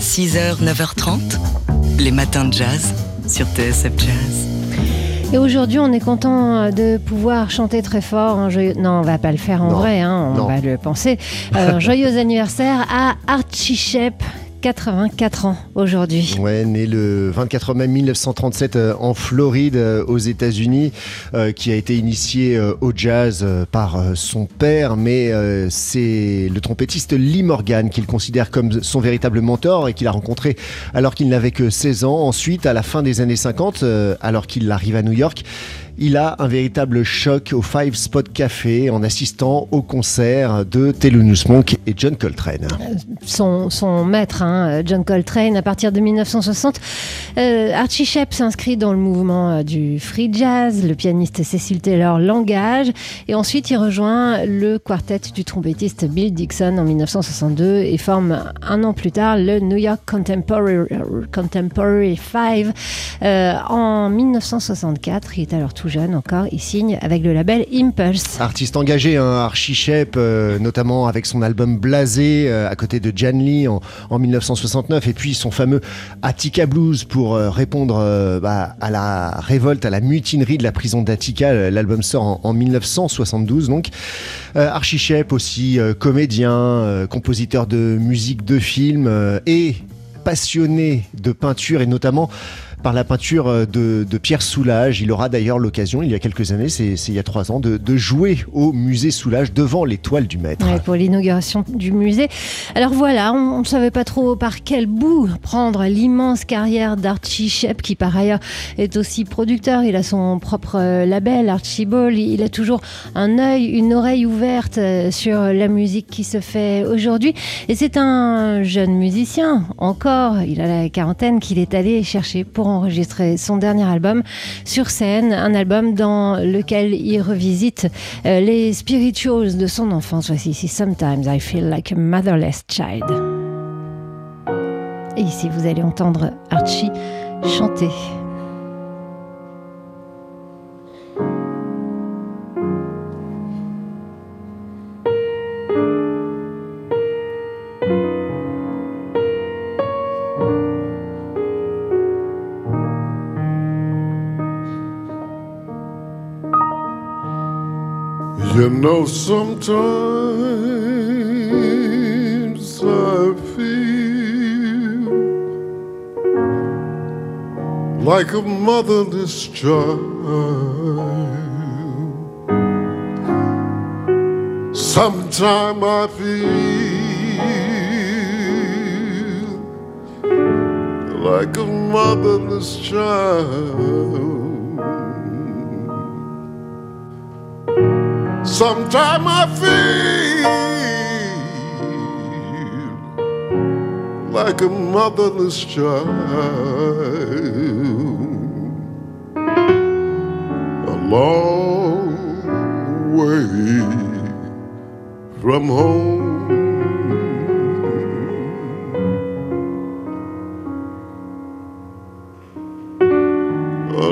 6h, 9h30, les matins de jazz sur TSF Jazz. Et aujourd'hui, on est content de pouvoir chanter très fort. Non, on va pas le faire en vrai, on va le penser. Joyeux anniversaire à Archie Shepp. 84 ans aujourd'hui. Ouais, né le 24 mai 1937 en Floride, aux États-Unis, qui a été initié au jazz par son père, mais c'est le trompettiste Lee Morgan qu'il considère comme son véritable mentor et qu'il a rencontré alors qu'il n'avait que 16 ans. Ensuite, à la fin des années 50, alors qu'il arrive à New York, il a un véritable choc au Five Spot Café en assistant au concert de Thelonious Monk et John Coltrane. Son maître, John Coltrane, à partir de 1960. Archie Shepp s'inscrit dans le mouvement du free jazz, le pianiste Cecil Taylor l'engage, et ensuite il rejoint le quartet du trompettiste Bill Dixon en 1962 et forme un an plus tard le New York Contemporary Five. En 1964, il est alors tout jeune encore, il signe avec le label Impulse. Artiste engagé, Archie Shepp, notamment avec son album Blasé, à côté de Jan Lee en 1969, et puis son fameux Attica Blues pour répondre à la révolte, à la mutinerie de la prison d'Attica. L'album sort en 1972 donc. Archie Shepp aussi comédien, compositeur de musique de film et passionné de peinture, et notamment par la peinture de Pierre Soulages. Il aura d'ailleurs l'occasion, il y a quelques années, c'est il y a 3 ans, de jouer au musée Soulages devant les toiles du maître. Ouais, pour l'inauguration du musée. Alors voilà, on ne savait pas trop par quel bout prendre l'immense carrière d'Archie Shepp, qui par ailleurs est aussi producteur. Il a son propre label, Archibald. Il a toujours un œil, une oreille ouverte sur la musique qui se fait aujourd'hui. Et c'est un jeune musicien, encore, il a la quarantaine, qu'il est allé chercher pour enregistrer son dernier album sur scène, un album dans lequel il revisite les spirituals de son enfance. Voici ici Sometimes I Feel Like a Motherless Child. Et ici vous allez entendre Archie chanter. You know, sometimes I feel like a motherless child. Sometimes I feel like a motherless child. Sometimes I feel like a motherless child, a long way from home. A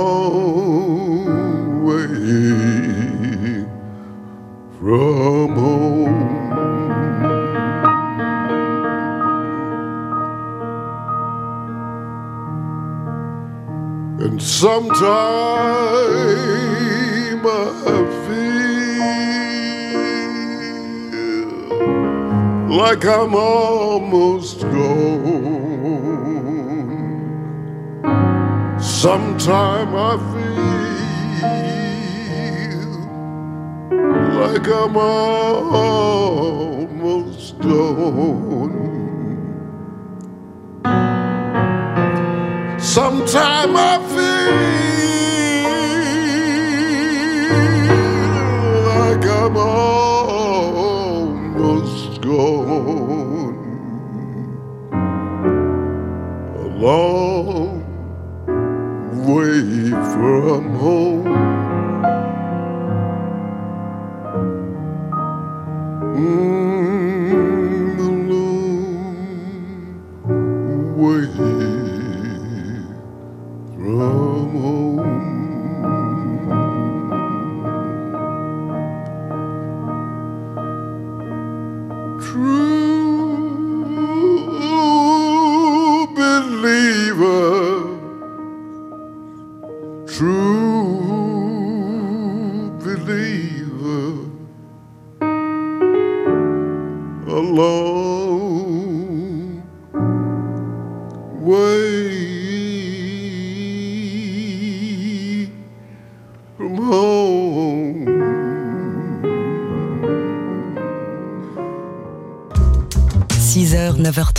long way from home. And sometime I feel like I'm almost gone. Sometime I feel like I'm almost done. Sometime I feel like I'm almost gone. A long way from home. True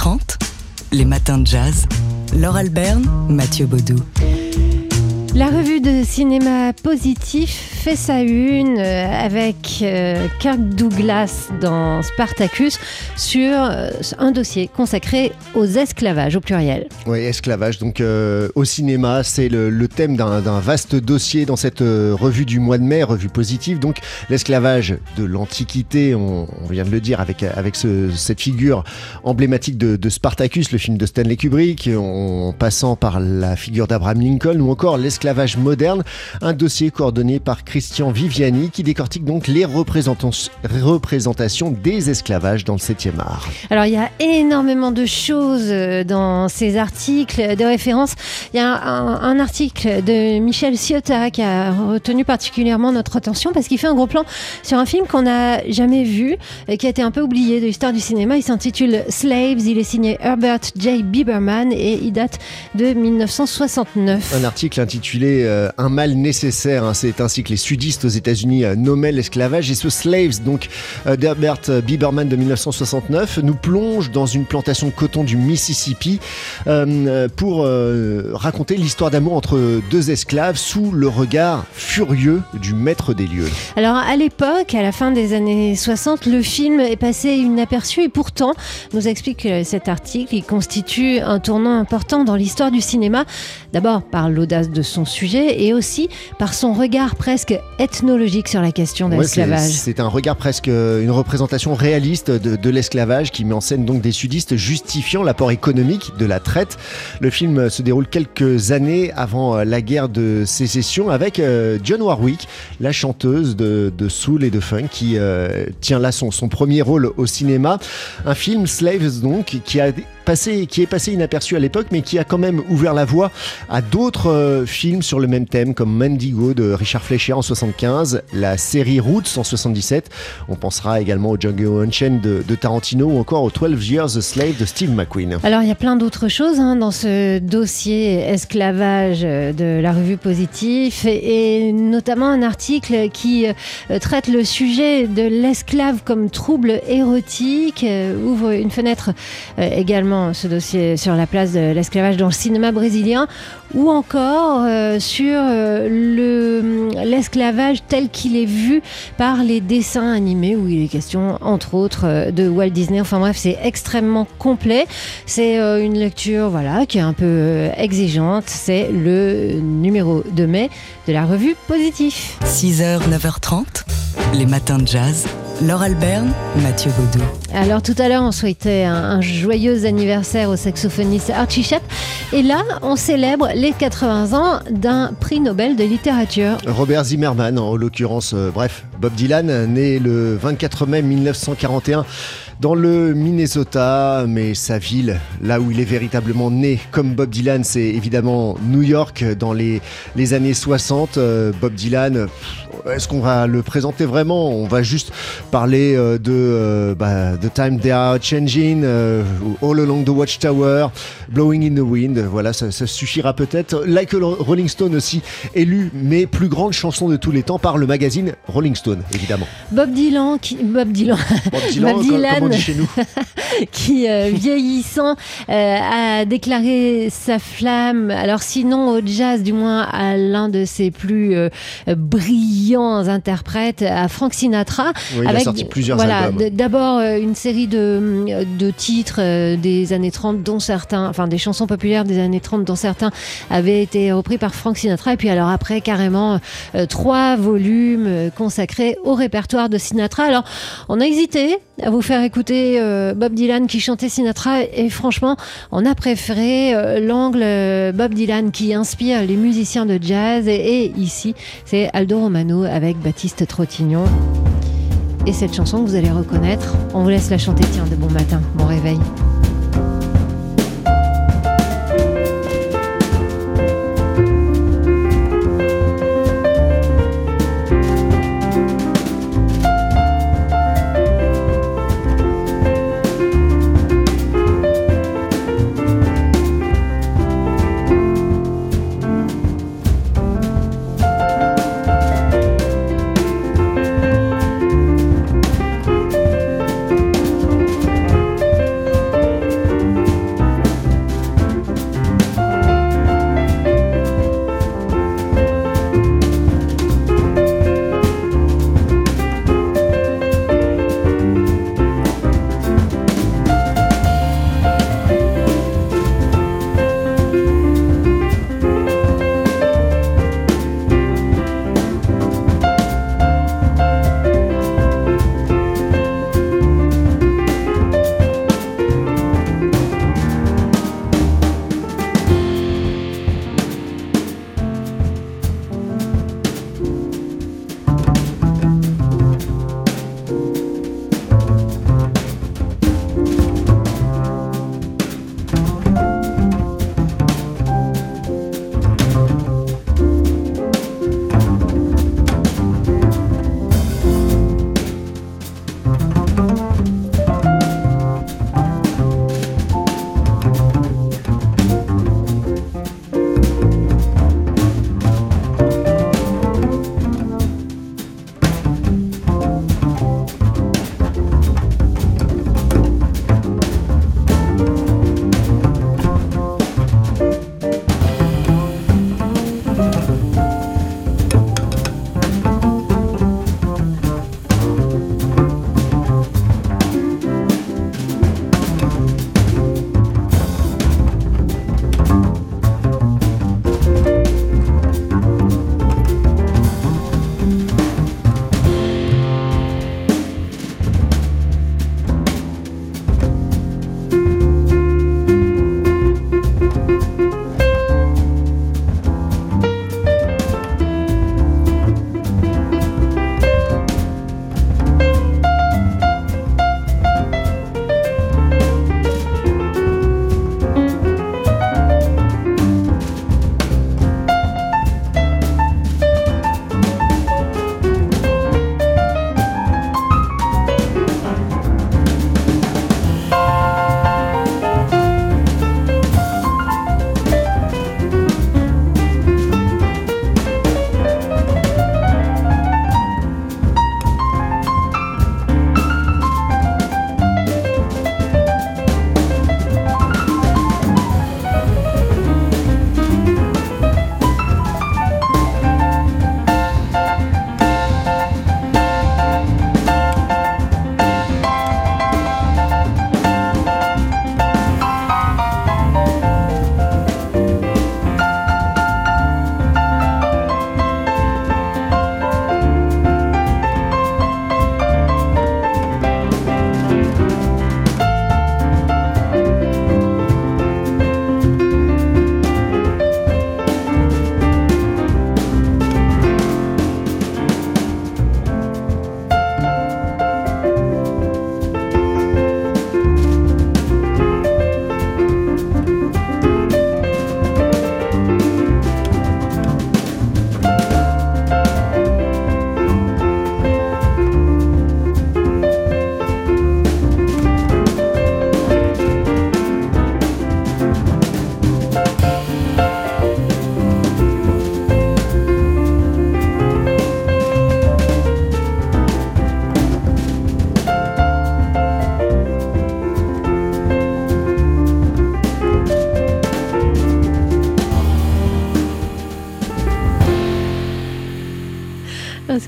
9h30, les matins de jazz. Laure Alberne, Mathieu Baudou. La revue de cinéma Positif fait sa une avec Kirk Douglas dans Spartacus sur un dossier consacré aux esclavages au pluriel. Oui, esclavage. Donc au cinéma, c'est le thème d'un vaste dossier dans cette revue du mois de mai, revue Positive. Donc l'esclavage de l'Antiquité, on vient de le dire avec cette figure emblématique de Spartacus, le film de Stanley Kubrick, en passant par la figure d'Abraham Lincoln ou encore l'esclavage moderne, un dossier coordonné par Christian Viviani qui décortique donc les représentations des esclavages dans le 7e art. Alors il y a énormément de choses dans ces articles de référence. Il y a un article de Michel Ciotta qui a retenu particulièrement notre attention parce qu'il fait un gros plan sur un film qu'on n'a jamais vu et qui a été un peu oublié de l'histoire du cinéma. Il s'intitule Slaves, il est signé Herbert J. Biberman et il date de 1969. Un article intitulé Un mal nécessaire, hein. C'est ainsi que les sudistes aux États-Unis nommaient l'esclavage. Et ce Slaves, donc d'Herbert Biberman de 1969, nous plonge dans une plantation de coton du Mississippi pour raconter l'histoire d'amour entre deux esclaves sous le regard furieux du maître des lieux. Alors à l'époque, à la fin des années 60, le film est passé inaperçu et pourtant, nous explique cet article, il constitue un tournant important dans l'histoire du cinéma. D'abord par l'audace de son sujet et aussi par son regard presque ethnologique sur la question de l'esclavage. C'est un regard presque, une représentation réaliste de l'esclavage qui met en scène donc des sudistes justifiant l'apport économique de la traite. Le film se déroule quelques années avant la guerre de sécession avec Dionne Warwick, la chanteuse de soul et de funk qui tient là son premier rôle au cinéma. Un film Slaves donc qui est passé inaperçu à l'époque, mais qui a quand même ouvert la voie à d'autres films sur le même thème, comme Mendigo de Richard Fleischer en 75, la série Roots en 77. On pensera également au Django Unchained de Tarantino ou encore au 12 Years a Slave de Steve McQueen. Alors, il y a plein d'autres choses dans ce dossier esclavage de la revue Positif et notamment un article qui traite le sujet de l'esclave comme trouble érotique, ouvre une fenêtre également ce dossier sur la place de l'esclavage dans le cinéma brésilien ou encore sur l'esclavage tel qu'il est vu par les dessins animés où il est question entre autres de Walt Disney. Enfin bref, c'est extrêmement complet. C'est une lecture qui est un peu exigeante. C'est le numéro de mai de la revue Positif. 6h, 9h30, les matins de jazz. Laure Alberne, Mathieu Baudou. Alors tout à l'heure, on souhaitait un joyeux anniversaire au saxophoniste Archie Shepp. Et là, on célèbre les 80 ans d'un prix Nobel de littérature. Robert Zimmerman, en l'occurrence, Bob Dylan, né le 24 mai 1941 dans le Minnesota, mais sa ville, là où il est véritablement né, comme Bob Dylan, c'est évidemment New York dans les années 60. Bob Dylan, est-ce qu'on va le présenter vraiment ? On va juste parler de The Time They Are Changing, All Along the Watchtower, Blowing in the Wind. Voilà, ça suffira peut-être. Like a Rolling Stone aussi, élu mes plus grandes chansons de tous les temps par le magazine Rolling Stone, évidemment. Bob Dylan, comme on dit chez nous. qui vieillissant a déclaré sa flamme, alors sinon au jazz, du moins à l'un de ses plus brillants interprètes, à Frank Sinatra. Oui, il a sorti plusieurs albums. D'abord une série de titres des années 30 dont certains, des chansons populaires des années 30 dont certains avaient été repris par Frank Sinatra, et puis alors après carrément 3 volumes consacrés au répertoire de Sinatra. Alors on a hésité à vous faire écouter Bob Dylan qui chantait Sinatra et franchement on a préféré l'angle Bob Dylan qui inspire les musiciens de jazz et ici c'est Aldo Romano avec Baptiste Trottignon et cette chanson que vous allez reconnaître, on vous laisse la chanter. Tiens, de bon matin, bon réveil.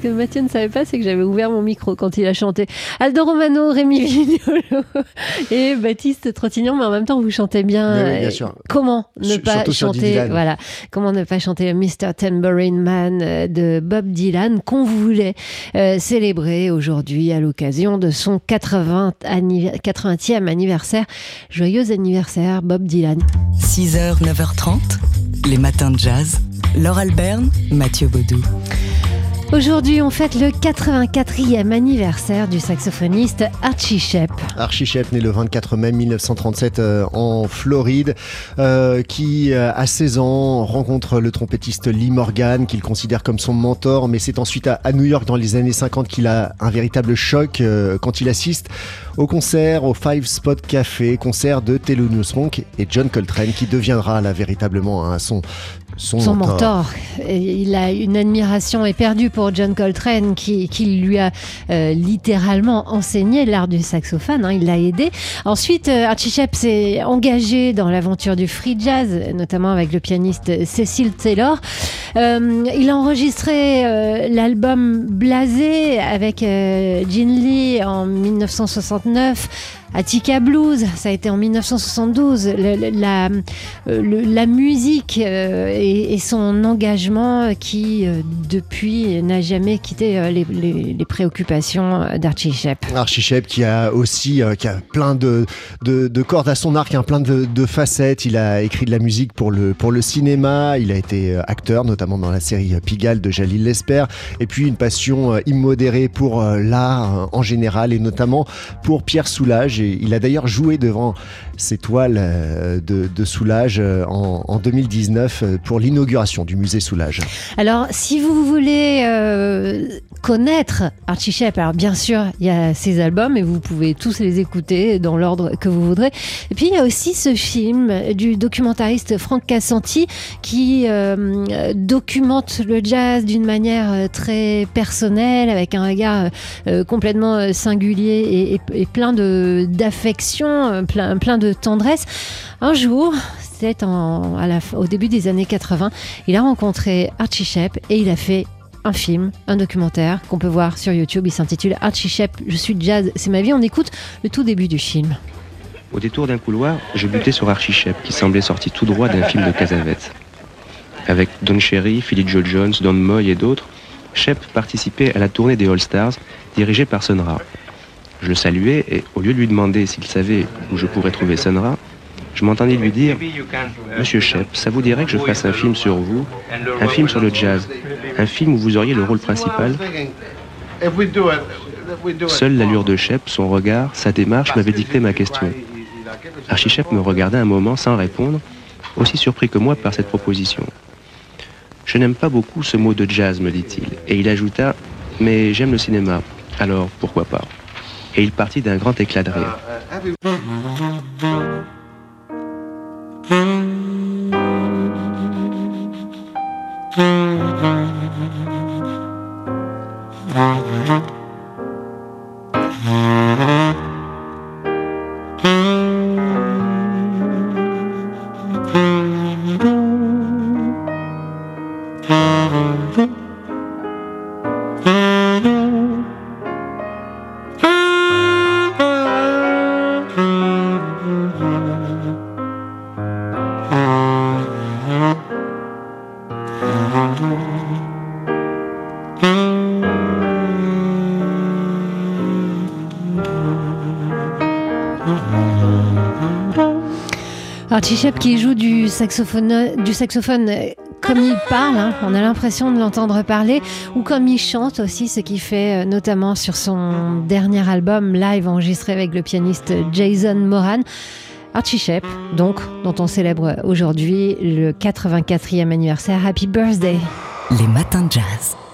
que Mathieu ne savait pas, c'est que j'avais ouvert mon micro quand il a chanté. Aldo Romano, Rémi Vignolo et Baptiste Trottignon, mais en même temps, vous chantez bien. Oui, bien sûr. Comment ne pas chanter, voilà, comment ne pas chanter le Mr. Tambourine Man de Bob Dylan, qu'on voulait célébrer aujourd'hui à l'occasion de son 80e anniversaire. Joyeux anniversaire, Bob Dylan. 6h, 9h30, les matins de jazz. Laure Alberne, Mathieu Baudou. Aujourd'hui, on fête le 84e anniversaire du saxophoniste Archie Shepp. Archie Shepp, né le 24 mai 1937 en Floride, qui à 16 ans rencontre le trompettiste Lee Morgan, qu'il considère comme son mentor, mais c'est ensuite à New York dans les années 50 qu'il a un véritable choc quand il assiste au concert au Five Spot Café, concert de Thelonious Monk et John Coltrane, qui deviendra là véritablement son mentor. Il a une admiration éperdue pour John Coltrane qui lui a littéralement enseigné l'art du saxophone, il l'a aidé. Ensuite, Archie Shepp s'est engagé dans l'aventure du free jazz, notamment avec le pianiste Cecil Taylor. Il a enregistré l'album Blasé avec Gene Lee en 1969. Attica Blues, ça a été en 1972. La musique et son engagement qui, depuis, n'a jamais quitté les préoccupations d'Archie Shepp. Archie Shepp qui a aussi qui a plein de cordes à son arc, plein de facettes. Il a écrit de la musique pour le cinéma. Il a été acteur, notamment dans la série Pigalle de Jalil Lesper. Et puis une passion immodérée pour l'art en général et notamment pour Pierre Soulages. Et il a d'ailleurs joué devant ces toiles de Soulages en 2019 pour l'inauguration du musée Soulages. Alors, si vous voulez connaître Archie Shepp, alors bien sûr, il y a ses albums et vous pouvez tous les écouter dans l'ordre que vous voudrez. Et puis, il y a aussi ce film du documentariste Franck Cassanti qui documente le jazz d'une manière très personnelle, avec un regard complètement singulier et plein d'affection, plein de tendresse. Un jour, c'était au début des années 80, il a rencontré Archie Shepp et il a fait un film, un documentaire qu'on peut voir sur YouTube. Il s'intitule Archie Shepp, je suis jazz, c'est ma vie. On écoute le tout début du film. Au détour d'un couloir, je butais sur Archie Shepp qui semblait sorti tout droit d'un film de Cassavetes. Avec Don Cherry, Philly Joe Jones, Don Moy et d'autres, Shepp participait à la tournée des All Stars dirigée par Sun Ra. Je le saluais et au lieu de lui demander s'il savait où je pourrais trouver Sun Ra, je m'entendis lui dire « Monsieur Shepp, ça vous dirait que je fasse un film sur vous, un film sur le jazz, un film où vous auriez le rôle principal ?» Seule l'allure de Shepp, son regard, sa démarche m'avaient dicté ma question. Archie Shepp me regardait un moment sans répondre, aussi surpris que moi par cette proposition. « Je n'aime pas beaucoup ce mot de jazz, me dit-il. » Et il ajouta « Mais j'aime le cinéma, alors pourquoi pas ?» Et il partit d'un grand éclat de rire. Archie Shepp qui joue du saxophone comme il parle, on a l'impression de l'entendre parler, ou comme il chante aussi, ce qu'il fait notamment sur son dernier album live enregistré avec le pianiste Jason Moran. Archie Shepp, donc, dont on célèbre aujourd'hui le 84e anniversaire. Happy Birthday! Les matins de jazz.